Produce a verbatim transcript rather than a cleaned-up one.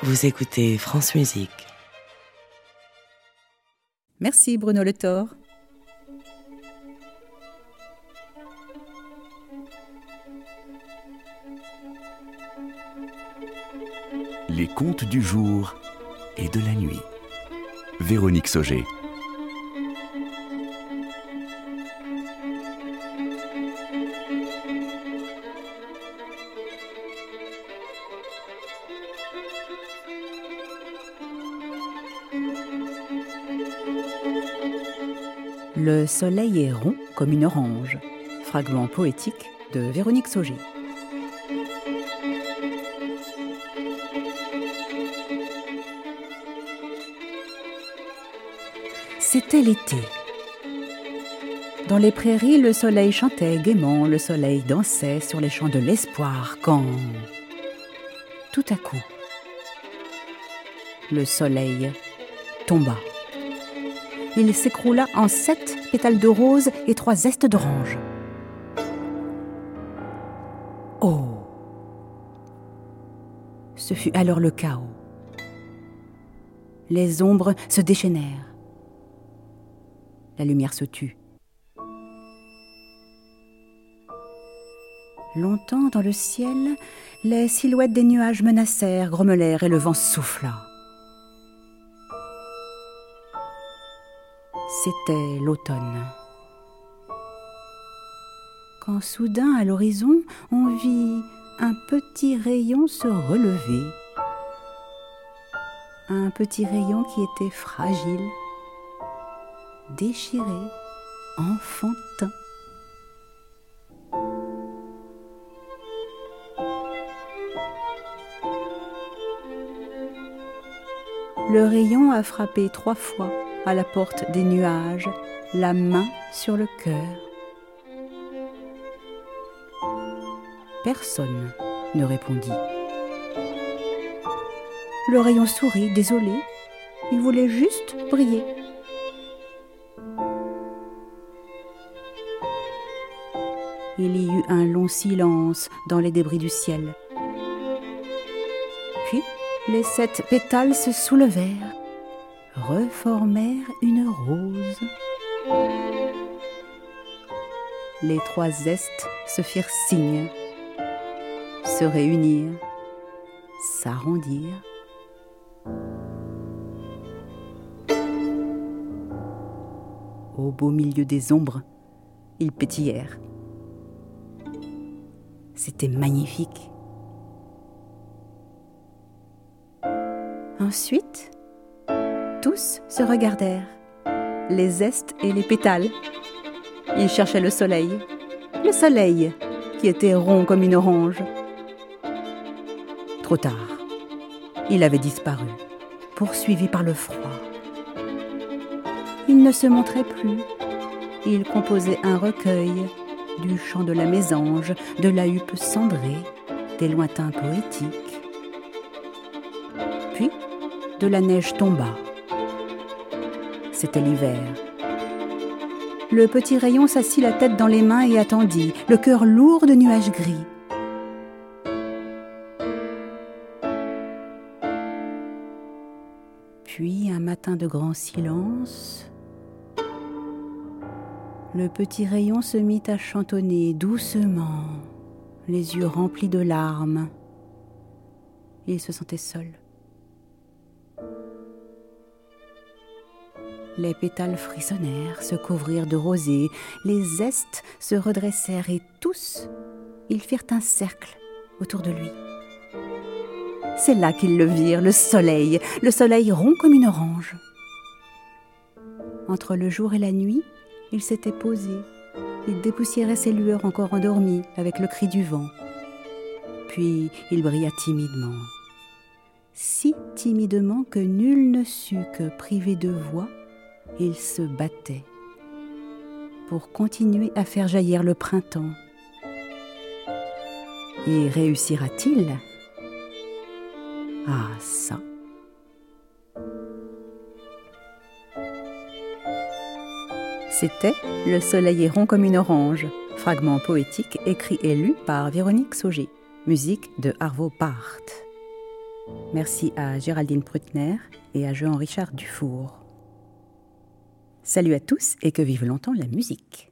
Vous écoutez France Musique. Merci Bruno Le Thor. Les contes du jour et de la nuit. Véronique Sauger. Le soleil est rond comme une orange. Fragment poétique de Véronique Sauger. C'était l'été. Dans les prairies, le soleil chantait gaiement, le soleil dansait sur les champs de l'espoir quand, tout à coup, le soleil tomba. Il s'écroula en sept pétales de rose et trois zestes d'orange. Oh! Ce fut alors le chaos. Les ombres se déchaînèrent. La lumière se tut. Longtemps dans le ciel, les silhouettes des nuages menacèrent, grommelèrent et le vent souffla. C'était l'automne. Quand soudain, à l'horizon, on vit un petit rayon se relever. Un petit rayon qui était fragile, déchiré, enfantin. Le rayon a frappé trois fois à la porte des nuages, la main sur le cœur. Personne ne répondit. Le rayon sourit, désolé. Il voulait juste briller. Il y eut un long silence dans les débris du ciel. Puis, les sept pétales se soulevèrent, reformèrent une rose. Les trois zestes se firent signe, se réunirent, s'arrondirent. Au beau milieu des ombres, ils pétillèrent. C'était magnifique. Ensuite, tous se regardèrent, les zestes et les pétales. Ils cherchaient le soleil, le soleil qui était rond comme une orange. Trop tard, il avait disparu, poursuivi par le froid. Il ne se montrait plus. Il composait un recueil du chant de la mésange, de la huppe cendrée, des lointains poétiques. Puis, de la neige tomba. C'était l'hiver. Le petit rayon s'assit la tête dans les mains et attendit, le cœur lourd de nuages gris. Puis, un matin de grand silence, le petit rayon se mit à chantonner doucement, les yeux remplis de larmes. Il se sentait seul. Les pétales frissonnèrent, se couvrirent de rosée, les zestes se redressèrent et tous, ils firent un cercle autour de lui. C'est là qu'ils le virent, le soleil, le soleil rond comme une orange. Entre le jour et la nuit, il s'était posé. Il dépoussiérait ses lueurs encore endormies avec le cri du vent. Puis il brilla timidement. Si timidement que nul ne sut que, privé de voix, il se battait pour continuer à faire jaillir le printemps. Y réussira-t-il ? Ah, ça. C'était « Le soleil est rond comme une orange », fragment poétique écrit et lu par Véronique Sauger, musique de Arvo Pärt. Merci à Géraldine Prutner et à Jean-Richard Dufour. Salut à tous et que vive longtemps la musique.